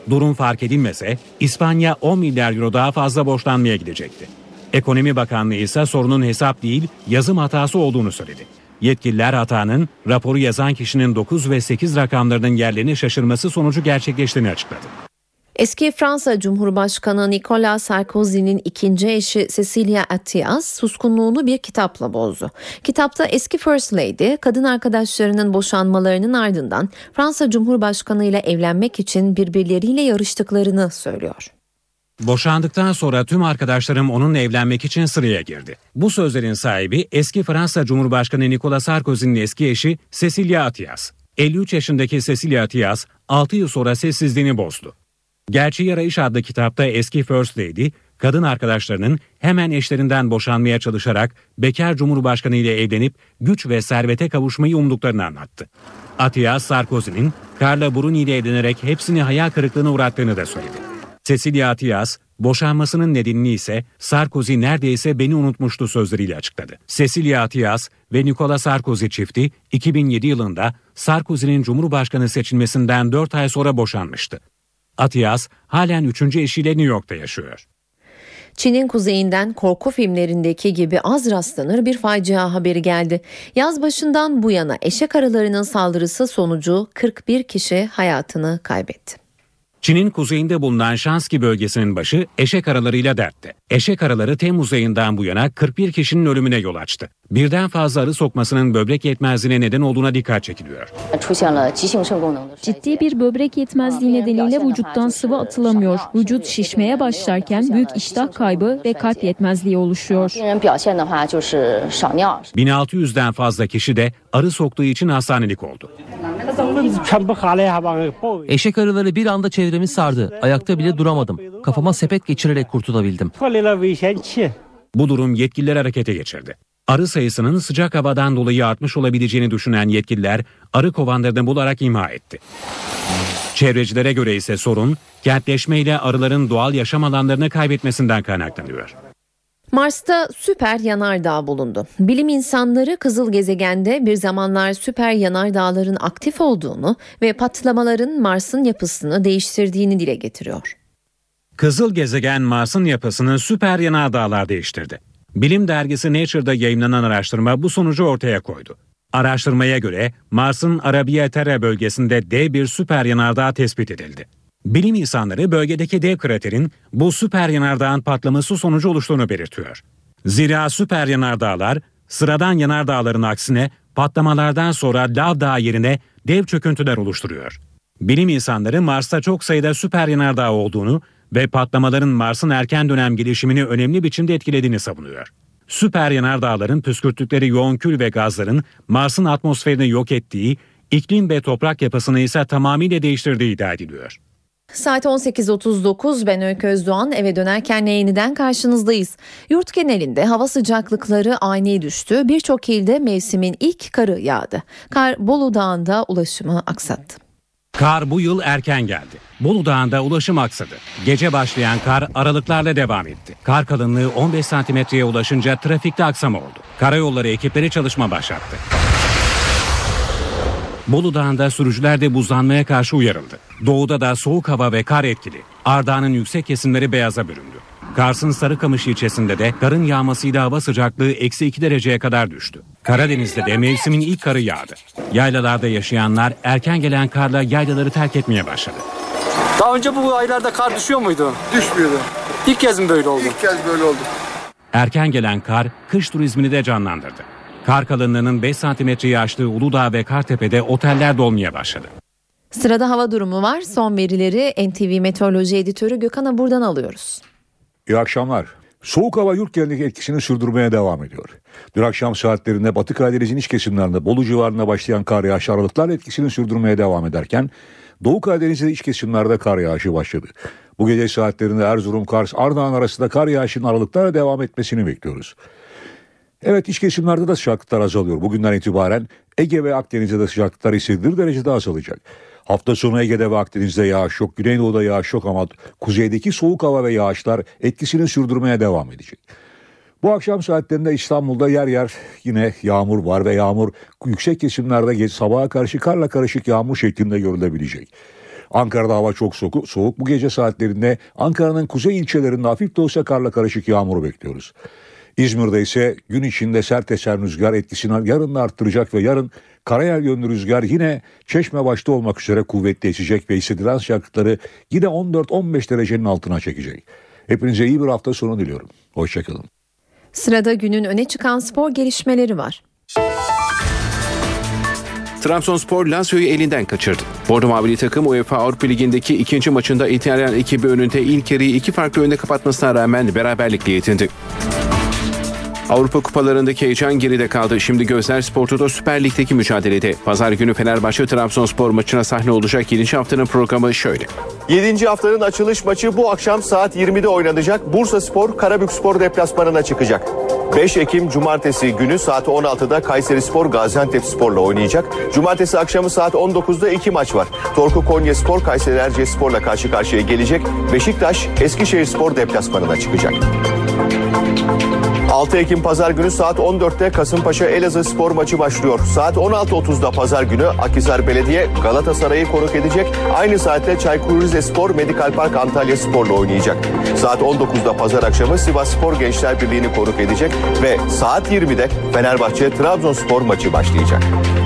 Durum fark edilmese İspanya on milyar euro daha fazla borçlanmaya gidecekti. Ekonomi Bakanlığı ise sorunun hesap değil yazım hatası olduğunu söyledi. Yetkililer hatanın raporu yazan kişinin dokuz ve sekiz rakamlarının yerlerini şaşırması sonucu gerçekleştiğini açıkladı. Eski Fransa Cumhurbaşkanı Nicolas Sarkozy'nin ikinci eşi Cecilia Attias suskunluğunu bir kitapla bozdu. Kitapta eski First Lady, kadın arkadaşlarının boşanmalarının ardından Fransa Cumhurbaşkanı ile evlenmek için birbirleriyle yarıştıklarını söylüyor. Boşandıktan sonra tüm arkadaşlarım onunla evlenmek için sıraya girdi. Bu sözlerin sahibi eski Fransa Cumhurbaşkanı Nicolas Sarkozy'nin eski eşi Cecilia Attias. elli üç yaşındaki Cecilia Attias altı yıl sonra sessizliğini bozdu. Gerçeği Arayış adlı kitapta eski First Lady, kadın arkadaşlarının hemen eşlerinden boşanmaya çalışarak bekar Cumhurbaşkanı ile evlenip güç ve servete kavuşmayı umduklarını anlattı. Attias, Sarkozy'nin Carla Bruni ile evlenerek hepsini hayal kırıklığına uğrattığını da söyledi. Cecilia Attias, boşanmasının nedenini ise Sarkozy neredeyse beni unutmuştu sözleriyle açıkladı. Cecilia Attias ve Nicolas Sarkozy çifti iki bin yedi yılında Sarkozy'nin Cumhurbaşkanı seçilmesinden dört ay sonra boşanmıştı. Attias halen üçüncü eşiyle New York'ta yaşıyor. Çin'in kuzeyinden korku filmlerindeki gibi az rastlanır bir facia haberi geldi. Yaz başından bu yana eşek arılarının saldırısı sonucu kırk bir kişi hayatını kaybetti. Çin'in kuzeyinde bulunan Shanxi bölgesinin başı eşek arılarıyla dertte. Eşek arıları Temmuz ayından bu yana kırk bir kişinin ölümüne yol açtı. Birden fazla arı sokmasının böbrek yetmezliğine neden olduğuna dikkat çekiliyor. Ciddi bir böbrek yetmezliği nedeniyle vücuttan sıvı atılamıyor. Vücut şişmeye başlarken büyük iştah kaybı ve kalp yetmezliği oluşuyor. bin altı yüzden fazla kişi de arı soktuğu için hastanelik oldu. Eşek arıları bir anda çevremi sardı. Ayakta bile duramadım. Kafama sepet geçirerek kurtulabildim. Bu durum yetkililer harekete geçirdi. Arı sayısının sıcak havadan dolayı artmış olabileceğini düşünen yetkililer arı kovanlarını bularak imha etti. Çevrecilere göre ise sorun kentleşmeyle arıların doğal yaşam alanlarını kaybetmesinden kaynaklanıyor. Mars'ta süper yanardağ bulundu. Bilim insanları kızıl gezegende bir zamanlar süper yanardağların aktif olduğunu ve patlamaların Mars'ın yapısını değiştirdiğini dile getiriyor. Kızıl gezegen Mars'ın yapısını süper yanardağlar değiştirdi. Bilim dergisi Nature'da yayımlanan araştırma bu sonucu ortaya koydu. Araştırmaya göre Mars'ın Arabia Terra bölgesinde dev bir süper yanardağ tespit edildi. Bilim insanları bölgedeki dev kraterin bu süper yanardağın patlaması sonucu oluştuğunu belirtiyor. Zira süper yanardağlar sıradan yanardağların aksine patlamalardan sonra lav dağı yerine dev çöküntüler oluşturuyor. Bilim insanları Mars'ta çok sayıda süper yanardağ olduğunu ve patlamaların Mars'ın erken dönem gelişimini önemli biçimde etkilediğini savunuyor. Süper yanardağların püskürttükleri yoğun kül ve gazların Mars'ın atmosferini yok ettiği, iklim ve toprak yapısını ise tamamıyla değiştirdiği iddia ediliyor. Saat on sekiz otuz dokuz, ben Öykü Özdoğan, eve dönerken yeniden karşınızdayız. Yurt genelinde hava sıcaklıkları ani düştü. Birçok ilde mevsimin ilk karı yağdı. Kar Bolu Dağı'nda ulaşımı aksattı. Kar bu yıl erken geldi. Bolu Dağı'nda ulaşım aksadı. Gece başlayan kar aralıklarla devam etti. Kar kalınlığı on beş santimetreye ulaşınca trafikte aksama oldu. Karayolları ekipleri çalışma başlattı. Bolu Dağı'nda sürücüler de buzlanmaya karşı uyarıldı. Doğuda da soğuk hava ve kar etkili. Ardahan'ın yüksek kesimleri beyaza büründü. Kars'ın Sarıkamış ilçesinde de karın yağmasıyla hava sıcaklığı eksi iki dereceye kadar düştü. Karadeniz'de de mevsimin ilk karı yağdı. Yaylalarda yaşayanlar erken gelen karla yaylaları terk etmeye başladı. Daha önce bu aylarda kar düşüyor muydu? Düşmüyordu. İlk kez mi böyle oldu? İlk kez böyle oldu. Erken gelen kar kış turizmini de canlandırdı. Kar kalınlığının beş santimetreyi aştığı Uludağ ve Kartepe'de oteller dolmaya başladı. Sırada hava durumu var. Son verileri N T V Meteoroloji Editörü Gökhan Abur'dan alıyoruz. İyi akşamlar. Soğuk hava yurt genelindeki etkisini sürdürmeye devam ediyor. Dün akşam saatlerinde Batı Karadeniz'in iç kesimlerinde Bolu civarında başlayan kar yağışı aralıklarla etkisini sürdürmeye devam ederken Doğu Karadeniz'de iç kesimlerde kar yağışı başladı. Bu gece saatlerinde Erzurum, Kars, Ardahan arasında kar yağışının aralıklarla devam etmesini bekliyoruz. Evet, iç kesimlerde de sıcaklıklar azalıyor. Bugünden itibaren Ege ve Akdeniz'de de sıcaklıklar hissedilir derecede azalacak. Hafta sonu Ege'de ve Akdeniz'de yağış yok, Güneydoğu'da yağış yok ama kuzeydeki soğuk hava ve yağışlar etkisini sürdürmeye devam edecek. Bu akşam saatlerinde İstanbul'da yer yer yine yağmur var ve yağmur yüksek kesimlerde sabaha karşı karla karışık yağmur şeklinde görülebilecek. Ankara'da hava çok soğuk. soğuk. Bu gece saatlerinde Ankara'nın kuzey ilçelerinde hafif de olsa karla karışık yağmur bekliyoruz. İzmir'de ise gün içinde sert esen rüzgar etkisini yarın da arttıracak ve yarın karayel yönlü rüzgar yine Çeşme başta olmak üzere kuvvetli esecek ve hissedilen sıcaklıkları yine on dört on beş derecenin altına çekecek. Hepinize iyi bir hafta sonu diliyorum. Hoşçakalın. Sırada günün öne çıkan spor gelişmeleri var. Trabzonspor Lazio'yu elinden kaçırdı. Bordo Mavili takım UEFA Avrupa Ligi'ndeki ikinci maçında İtalyan ekibi önünde ilk yarıyı iki farklı önde kapatmasına rağmen beraberlikle yetindi. Avrupa kupalarındaki heyecan geride kaldı. Şimdi gözler Spor Toto Süper Lig'deki mücadelede. Pazar günü Fenerbahçe Trabzonspor maçına sahne olacak yedinci haftanın programı şöyle. yedinci haftanın açılış maçı bu akşam saat yirmide oynanacak. Bursaspor Karabükspor deplasmanına çıkacak. beş Ekim Cumartesi günü saat on altıda Kayserispor Gaziantepspor'la oynayacak. Cumartesi akşamı saat on dokuzda iki maç var. Torku Konyaspor Kayseri Erciyesspor'la karşı karşıya gelecek. Beşiktaş Eskişehirspor deplasmanına çıkacak. altı Ekim Pazar günü saat on dörtte Kasımpaşa Elazığ Spor maçı başlıyor. Saat on altı otuzda Pazar günü Akhisar Belediye Galatasaray'ı konuk edecek. Aynı saatte Çaykur Rizespor Medikal Park Antalya Spor'la oynayacak. Saat on dokuzda Pazar akşamı Sivasspor Gençler Birliği'ni konuk edecek ve saat yirmide Fenerbahçe Trabzonspor maçı başlayacak.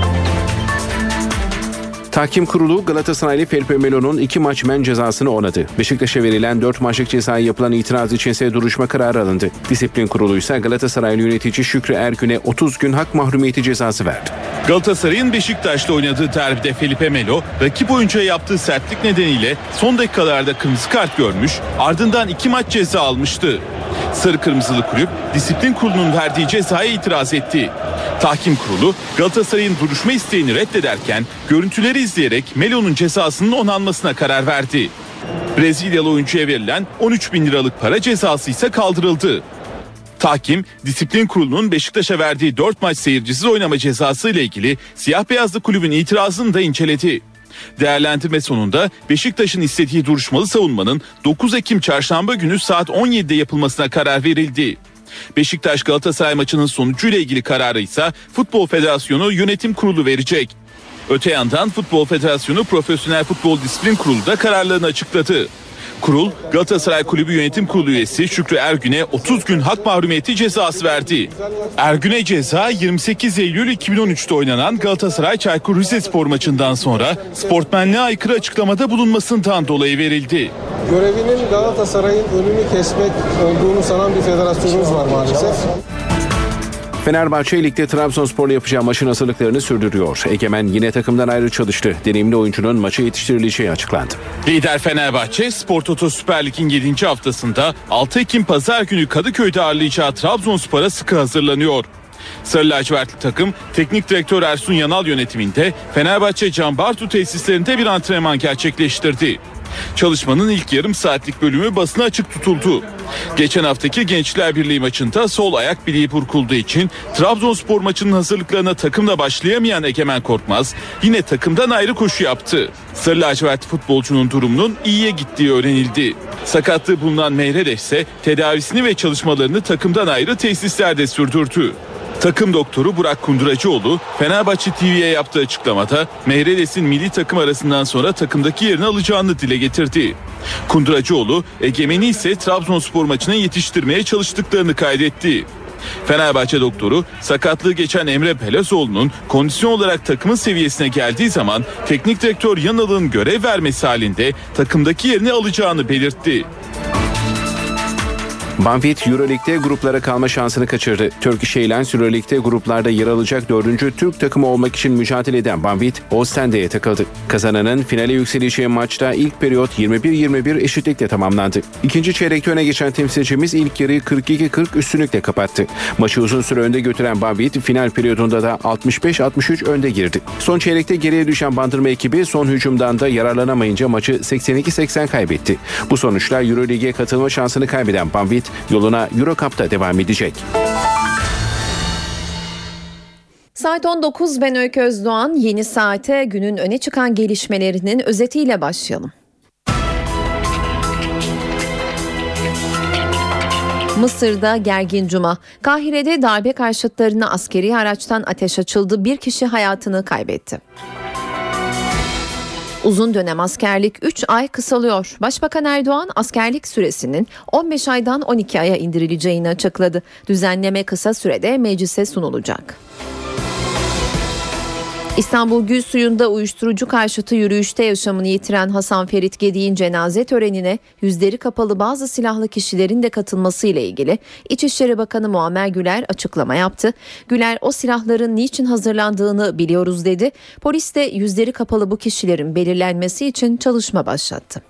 Tahkim Kurulu Galatasaraylı Felipe Melo'nun iki maç men cezasını onadı. Beşiktaş'a verilen dört maçlık cezaya yapılan itiraz içinse duruşma kararı alındı. Disiplin Kurulu ise Galatasaraylı yönetici Şükrü Ergün'e otuz gün hak mahrumiyeti cezası verdi. Galatasaray'ın Beşiktaş'la oynadığı derbide Felipe Melo, rakip oyuncuya yaptığı sertlik nedeniyle son dakikalarda kırmızı kart görmüş, ardından iki maç ceza almıştı. Sarı Kırmızılı kulüp Disiplin Kurulu'nun verdiği cezaya itiraz etti. Tahkim Kurulu Galatasaray'ın duruşma isteğini reddederken görüntüleri izleyerek Melo'nun cezasının onanmasına karar verdi. Brezilyalı oyuncuya verilen on üç bin liralık para cezası ise kaldırıldı. Tahkim, Disiplin Kurulu'nun Beşiktaş'a verdiği dört maç seyircisiz oynama cezası ile ilgili siyah beyazlı kulübün itirazını da inceledi. Değerlendirme sonunda Beşiktaş'ın istediği duruşmalı savunmanın dokuz Ekim Çarşamba günü saat on yedide yapılmasına karar verildi. Beşiktaş Galatasaray maçının sonucuyla ilgili kararı ise Futbol Federasyonu Yönetim Kurulu verecek. Öte yandan Futbol Federasyonu Profesyonel Futbol Disiplin Kurulu da kararlarını açıkladı. Kurul, Galatasaray Kulübü Yönetim Kurulu üyesi Şükrü Ergün'e otuz gün hak mahrumiyeti cezası verdi. Ergün'e ceza yirmi sekiz Eylül iki bin on üçte oynanan Galatasaray Çaykur Rizespor maçından sonra sportmenliğe aykırı açıklamada bulunmasından dolayı verildi. Görevinin Galatasaray'ın önünü kesmek olduğunu sanan bir federasyonumuz var maalesef. Fenerbahçe ligde Trabzonspor'la yapacağı maçın hazırlıklarını sürdürüyor. Egemen yine takımdan ayrı çalıştı. Deneyimli oyuncunun maça yetiştirileceği açıklandı. Lider Fenerbahçe Spor Toto Süper Lig'in yedinci haftasında altı Ekim Pazar günü Kadıköy'de ağırlayacağı Trabzonspor'a sıkı hazırlanıyor. Sarı lacivertli takım teknik direktör Ersun Yanal yönetiminde Fenerbahçe Can Bartu tesislerinde bir antrenman gerçekleştirdi. Çalışmanın ilk yarım saatlik bölümü basına açık tutuldu. Geçen haftaki Gençler Birliği maçında sol ayak bileği burkulduğu için Trabzonspor maçının hazırlıklarına takımla başlayamayan Egemen Korkmaz yine takımdan ayrı koşu yaptı. Sarı lacivertli futbolcunun durumunun iyiye gittiği öğrenildi. Sakatlığı bulunan Meireles ise tedavisini ve çalışmalarını takımdan ayrı tesislerde sürdürdü. Takım doktoru Burak Kunduracıoğlu Fenerbahçe T V'ye yaptığı açıklamada Meireles'in milli takım arasından sonra takımdaki yerini alacağını dile getirdi. Kunduracıoğlu Egemen'i ise Trabzonspor maçına yetiştirmeye çalıştıklarını kaydetti. Fenerbahçe doktoru sakatlığı geçen Emre Belezoğlu'nun kondisyon olarak takımın seviyesine geldiği zaman teknik direktör Yanal'ın görev vermesi halinde takımdaki yerini alacağını belirtti. Banvit Euroleague'de gruplara kalma şansını kaçırdı. Turkish Airlines Euroleague'de gruplarda yer alacak dördüncü Türk takımı olmak için mücadele eden Banvit, Ostende'ye takıldı. Kazananın finale yükseleceği maçta ilk periyot yirmi bir yirmi bir eşitlikle tamamlandı. İkinci çeyrekte öne geçen temsilcimiz ilk yarıyı kırk iki kırk üstünlükle kapattı. Maçı uzun süre önde götüren Banvit final periyodunda da altmış beş altmış üç önde girdi. Son çeyrekte geriye düşen Bandırma ekibi son hücumdan da yararlanamayınca maçı seksen iki seksen kaybetti. Bu sonuçlar Euroleague'e katılma şansını kaybeden Banvit yoluna Euro Cup'ta devam edecek. Saat on dokuz, ben Öykü Özdoğan. Yeni saate günün öne çıkan gelişmelerinin özetiyle başlayalım. Mısır'da gergin cuma. Kahire'de darbe karşıtlarına askeri araçtan ateş açıldı. Bir kişi hayatını kaybetti. Uzun dönem askerlik üç ay kısalıyor. Başbakan Erdoğan askerlik süresinin on beş aydan on iki aya indirileceğini açıkladı. Düzenleme kısa sürede meclise sunulacak. İstanbul Gülsuyu'nda uyuşturucu karşıtı yürüyüşte yaşamını yitiren Hasan Ferit Gedik'in cenaze törenine yüzleri kapalı bazı silahlı kişilerin de katılmasıyla ilgili İçişleri Bakanı Muammer Güler açıklama yaptı. Güler o silahların niçin hazırlandığını biliyoruz dedi. Polis de yüzleri kapalı bu kişilerin belirlenmesi için çalışma başlattı.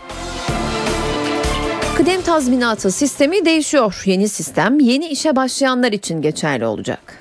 Kıdem tazminatı sistemi değişiyor. Yeni sistem yeni işe başlayanlar için geçerli olacak.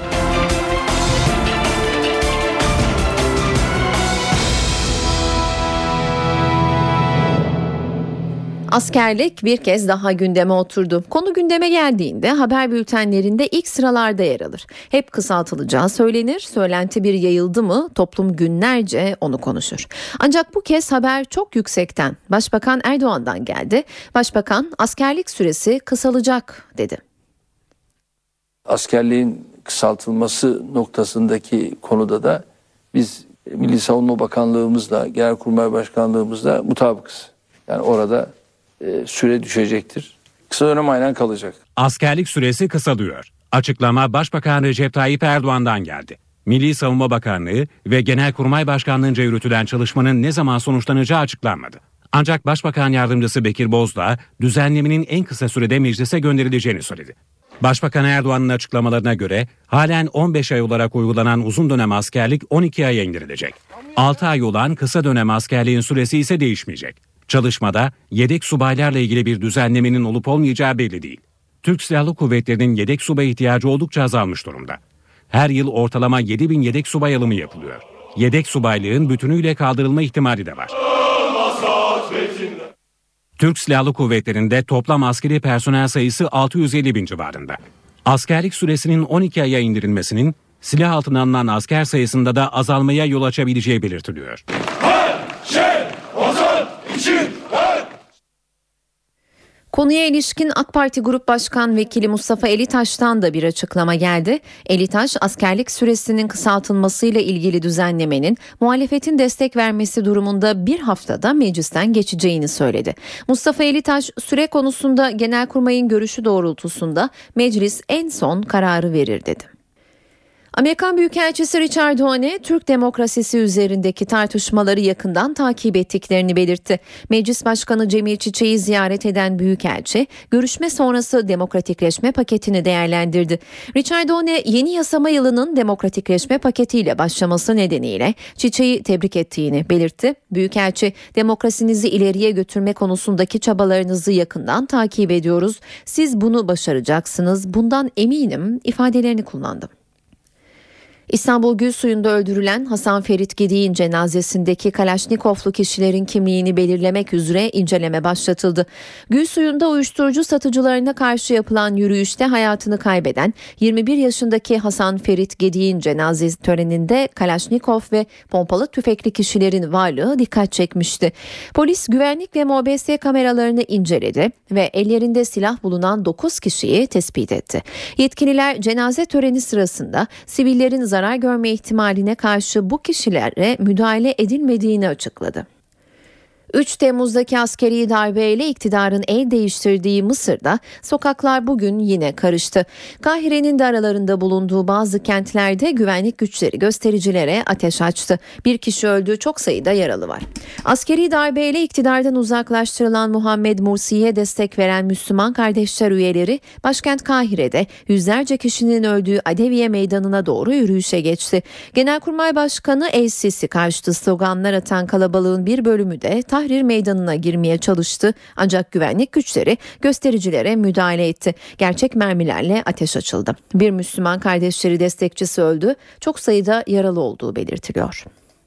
Askerlik bir kez daha gündeme oturdu. Konu gündeme geldiğinde haber bültenlerinde ilk sıralarda yer alır. Hep kısaltılacağı söylenir. Söylenti bir yayıldı mı toplum günlerce onu konuşur. Ancak bu kez haber çok yüksekten Başbakan Erdoğan'dan geldi. Başbakan askerlik süresi kısalacak dedi. Askerliğin kısaltılması noktasındaki konuda da biz Milli Savunma Bakanlığımızla, Genelkurmay Başkanlığımızla mutabıkız. Yani orada süre düşecektir. Kısa dönem aynen kalacak. Askerlik süresi kısalıyor. Açıklama Başbakan Recep Tayyip Erdoğan'dan geldi. Milli Savunma Bakanlığı ve Genelkurmay Başkanlığı'nca yürütülen çalışmanın ne zaman sonuçlanacağı açıklanmadı. Ancak Başbakan Yardımcısı Bekir Bozdağ düzenlemenin en kısa sürede meclise gönderileceğini söyledi. Başbakan Erdoğan'ın açıklamalarına göre halen on beş ay olarak uygulanan uzun dönem askerlik on iki aya indirilecek. altı ay olan kısa dönem askerliğin süresi ise değişmeyecek. Çalışmada yedek subaylarla ilgili bir düzenlemenin olup olmayacağı belli değil. Türk Silahlı Kuvvetleri'nin yedek subay ihtiyacı oldukça azalmış durumda. Her yıl ortalama yedi bin yedek subay alımı yapılıyor. Yedek subaylığın bütünüyle kaldırılma ihtimali de var. Türk Silahlı Kuvvetleri'nde toplam askeri personel sayısı altı yüz elli bin civarında. Askerlik süresinin on iki aya indirilmesinin silah altına alınan asker sayısında da azalmaya yol açabileceği belirtiliyor. Konuya ilişkin AK Parti Grup Başkan Vekili Mustafa Elitaş'tan da bir açıklama geldi. Elitaş, askerlik süresinin kısaltılmasıyla ilgili düzenlemenin muhalefetin destek vermesi durumunda bir haftada meclisten geçeceğini söyledi. Mustafa Elitaş, süre konusunda Genelkurmay'ın görüşü doğrultusunda meclis en son kararı verir dedi. Amerikan Büyükelçisi Richard Doane, Türk demokrasisi üzerindeki tartışmaları yakından takip ettiklerini belirtti. Meclis Başkanı Cemil Çiçek'i ziyaret eden Büyükelçi, görüşme sonrası demokratikleşme paketini değerlendirdi. Richard Doane, yeni yasama yılının demokratikleşme paketiyle başlaması nedeniyle Çiçek'i tebrik ettiğini belirtti. Büyükelçi, demokrasinizi ileriye götürme konusundaki çabalarınızı yakından takip ediyoruz. Siz bunu başaracaksınız, bundan eminim ifadelerini kullandı. İstanbul Gülsuyu'nda öldürülen Hasan Ferit Gedik'in cenazesindeki Kalaşnikovlu kişilerin kimliğini belirlemek üzere inceleme başlatıldı. Gülsuyu'nda uyuşturucu satıcılarına karşı yapılan yürüyüşte hayatını kaybeden yirmi bir yaşındaki Hasan Ferit Gedik'in cenaze töreninde Kalaşnikov ve pompalı tüfekli kişilerin varlığı dikkat çekmişti. Polis güvenlik ve M O B S kameralarını inceledi ve ellerinde silah bulunan dokuz kişiyi tespit etti. Yetkililer cenaze töreni sırasında sivillerin zarar görme ihtimaline karşı bu kişilere müdahale edilmediğini açıkladı. üç Temmuz'daki askeri darbeyle iktidarın el değiştirdiği Mısır'da sokaklar bugün yine karıştı. Kahire'nin de aralarında bulunduğu bazı kentlerde güvenlik güçleri göstericilere ateş açtı. Bir kişi öldü, çok sayıda yaralı var. Askeri darbeyle iktidardan uzaklaştırılan Muhammed Mursi'ye destek veren Müslüman Kardeşler üyeleri başkent Kahire'de yüzlerce kişinin öldüğü Adeviye Meydanı'na doğru yürüyüşe geçti. Genelkurmay Başkanı El-Sisi karşıtı sloganlar atan kalabalığın bir bölümü de Tahrir Meydanı'na girmeye çalıştı, ancak güvenlik güçleri göstericilere müdahale etti. Gerçek mermilerle ateş açıldı. Bir Müslüman Kardeşleri destekçisi öldü, çok sayıda yaralı olduğu belirtiliyor.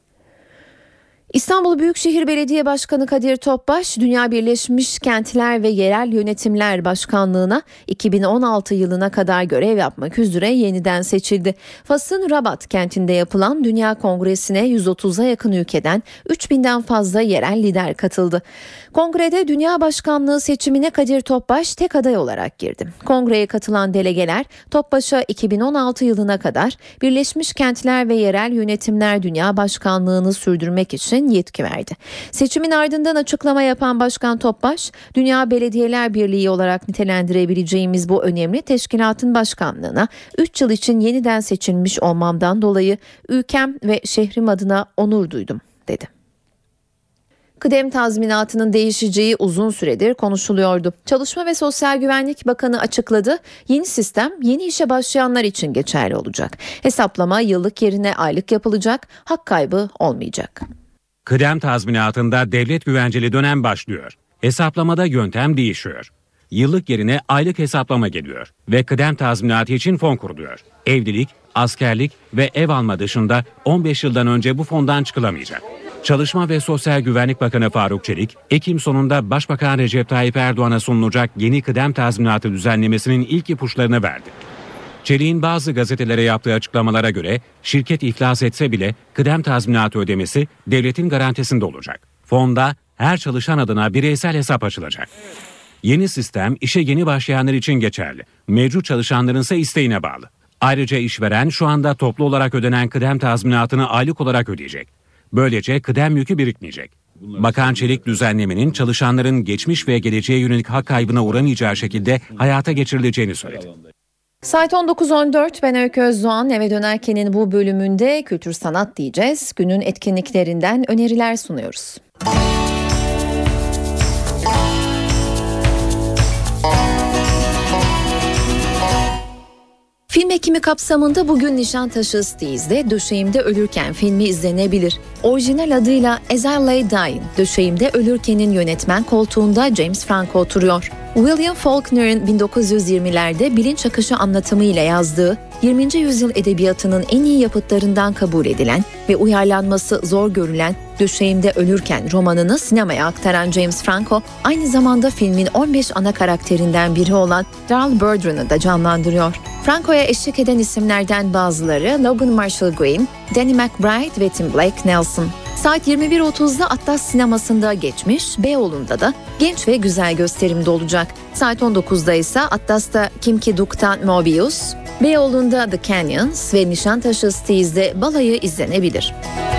İstanbul Büyükşehir Belediye Başkanı Kadir Topbaş, Dünya Birleşmiş Kentler ve Yerel Yönetimler Başkanlığı'na iki bin on altı yılına kadar görev yapmak üzere yeniden seçildi. Fas'ın Rabat kentinde yapılan Dünya Kongresi'ne yüz otuza yakın ülkeden üç binden fazla yerel lider katıldı. Kongrede Dünya Başkanlığı seçimine Kadir Topbaş tek aday olarak girdi. Kongreye katılan delegeler Topbaş'a iki bin on altı yılına kadar Birleşmiş Kentler ve Yerel Yönetimler Dünya Başkanlığı'nı sürdürmek için için yetki verdi. Seçimin ardından açıklama yapan Başkan Topbaş, Dünya Belediyeler Birliği olarak nitelendirebileceğimiz bu önemli teşkilatın başkanlığına üç yıl için yeniden seçilmiş olmamdan dolayı ülkem ve şehrim adına onur duydum, dedi. Kıdem tazminatının değişeceği uzun süredir konuşuluyordu. Çalışma ve Sosyal Güvenlik Bakanı açıkladı. Yeni sistem yeni işe başlayanlar için geçerli olacak. Hesaplama yıllık yerine aylık yapılacak, hak kaybı olmayacak. Kıdem tazminatında devlet güvenceli dönem başlıyor. Hesaplamada yöntem değişiyor. Yıllık yerine aylık hesaplama geliyor ve kıdem tazminatı için fon kuruluyor. Evlilik, askerlik ve ev alma dışında on beş yıldan önce bu fondan çıkılamayacak. Çalışma ve Sosyal Güvenlik Bakanı Faruk Çelik, Ekim sonunda Başbakan Recep Tayyip Erdoğan'a sunulacak yeni kıdem tazminatı düzenlemesinin ilk ipuçlarını verdi. Çelik'in bazı gazetelere yaptığı açıklamalara göre şirket iflas etse bile kıdem tazminatı ödemesi devletin garantisinde olacak. Fonda her çalışan adına bireysel hesap açılacak. Yeni sistem işe yeni başlayanlar için geçerli. Mevcut çalışanların ise isteğine bağlı. Ayrıca işveren şu anda toplu olarak ödenen kıdem tazminatını aylık olarak ödeyecek. Böylece kıdem yükü birikmeyecek. Bakan Çelik düzenlemenin çalışanların geçmiş ve geleceğe yönelik hak kaybına uğramayacağı şekilde hayata geçirileceğini söyledi. Saat on dokuz on dört, ben Öykü Özdoğan. Eve dönerkenin bu bölümünde kültür sanat diyeceğiz. Günün etkinliklerinden öneriler sunuyoruz. Film ekimi kapsamında bugün Nişantaşı Steez'de Döşeğimde Ölürken filmi izlenebilir. Orijinal adıyla As I Lay Dying, Döşeğimde Ölürken'in yönetmen koltuğunda James Franco oturuyor. William Faulkner'ın bin dokuz yüz yirmilerde bilinç akışı anlatımıyla yazdığı, yirminci yüzyıl edebiyatının en iyi yapıtlarından kabul edilen ve uyarlanması zor görülen Döşeğimde Ölürken romanını sinemaya aktaran James Franco, aynı zamanda filmin on beş ana karakterinden biri olan Darl Bertrand'ı da canlandırıyor. Franco'ya eşlik eden isimlerden bazıları Logan Marshall Green, Danny McBride ve Tim Blake Nelson. Saat yirmi bir otuzda Atlas Sineması'nda geçmiş, Beyoğlu'nda da genç ve güzel gösterimde olacak. Saat on dokuzda ise Atlas'ta Kim Ki-duk'tan Mobius, Beyoğlu'nda The Canyons ve Nişantaşı Steez'de Balayı izlenebilir.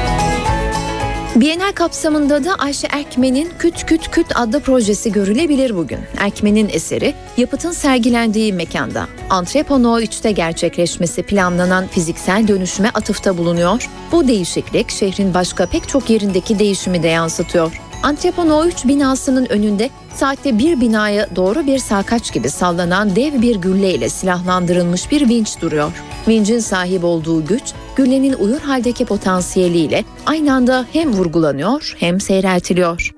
Bienal kapsamında da Ayşe Erkmen'in Küt Küt Küt adlı projesi görülebilir bugün. Erkmen'in eseri yapıtın sergilendiği mekanda Antrepo üçte gerçekleşmesi planlanan fiziksel dönüşüme atıfta bulunuyor. Bu değişiklik şehrin başka pek çok yerindeki değişimi de yansıtıyor. Antrepo üç binasının önünde saatte bir binaya doğru bir sarkaç gibi sallanan dev bir gülle ile silahlandırılmış bir vinç duruyor. Vincin sahip olduğu güç, güllenin uyur haldeki potansiyeliyle aynı anda hem vurgulanıyor hem seyreltiliyor.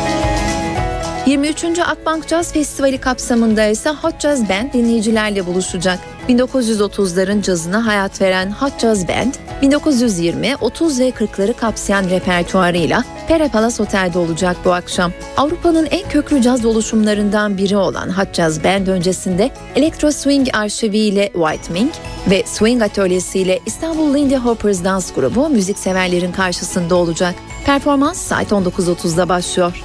yirmi üçüncü Akbank Caz Festivali kapsamında ise Hot Jazz Band dinleyicilerle buluşacak. bin dokuz yüz otuzların cazına hayat veren Hot Jazz Band, bin dokuz yüz yirmi, otuz ve kırkları kapsayan repertuarıyla Pere Palace Otel'de olacak bu akşam. Avrupa'nın en köklü caz oluşumlarından biri olan Hot Jazz Band öncesinde Electro Swing arşiviyle White Mink ve Swing atölyesiyle İstanbul Lindy Hoppers dans grubu müzikseverlerin karşısında olacak. Performans saat on dokuz otuzda başlıyor.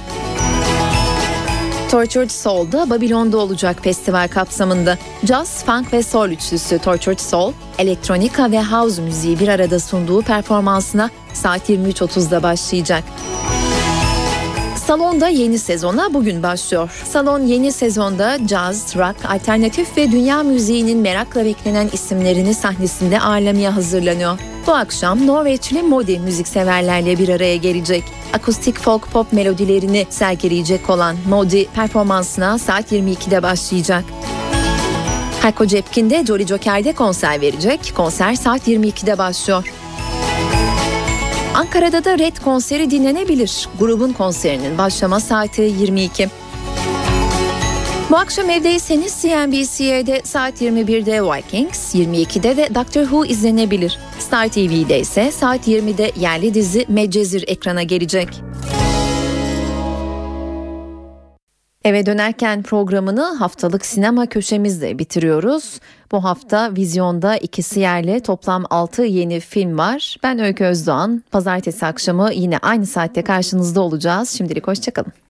Tortured Soul'da Babilon'da olacak festival kapsamında. Jazz, funk ve soul üçlüsü Tortured Soul, elektronika ve house müziği bir arada sunduğu performansına saat yirmi üç otuzda başlayacak. Salon'da yeni sezona bugün başlıyor. Salon yeni sezonda caz, rock, alternatif ve dünya müziğinin merakla beklenen isimlerini sahnesinde ağırlamaya hazırlanıyor. Bu akşam Norveçli Modi müzikseverlerle bir araya gelecek. Akustik folk pop melodilerini sergileyecek olan Modi performansına saat yirmi ikide başlayacak. Hayko Cepkin de Jolly Joker'de konser verecek. Konser saat yirmi ikide başlıyor. Ankara'da da Red konseri dinlenebilir. Grubun konserinin başlama saati yirmi iki. Bu akşam evdeyseniz C N B C'de saat yirmi birde Vikings, yirmi ikide de Doctor Who izlenebilir. Star T V'de ise saat yirmide yerli dizi Medcezir ekrana gelecek. Eve dönerken programını haftalık sinema köşemizle bitiriyoruz. Bu hafta vizyonda ikisi yerli toplam altı yeni film var. Ben Öykü Özdoğan. Pazartesi akşamı yine aynı saatte karşınızda olacağız. Şimdilik hoşçakalın.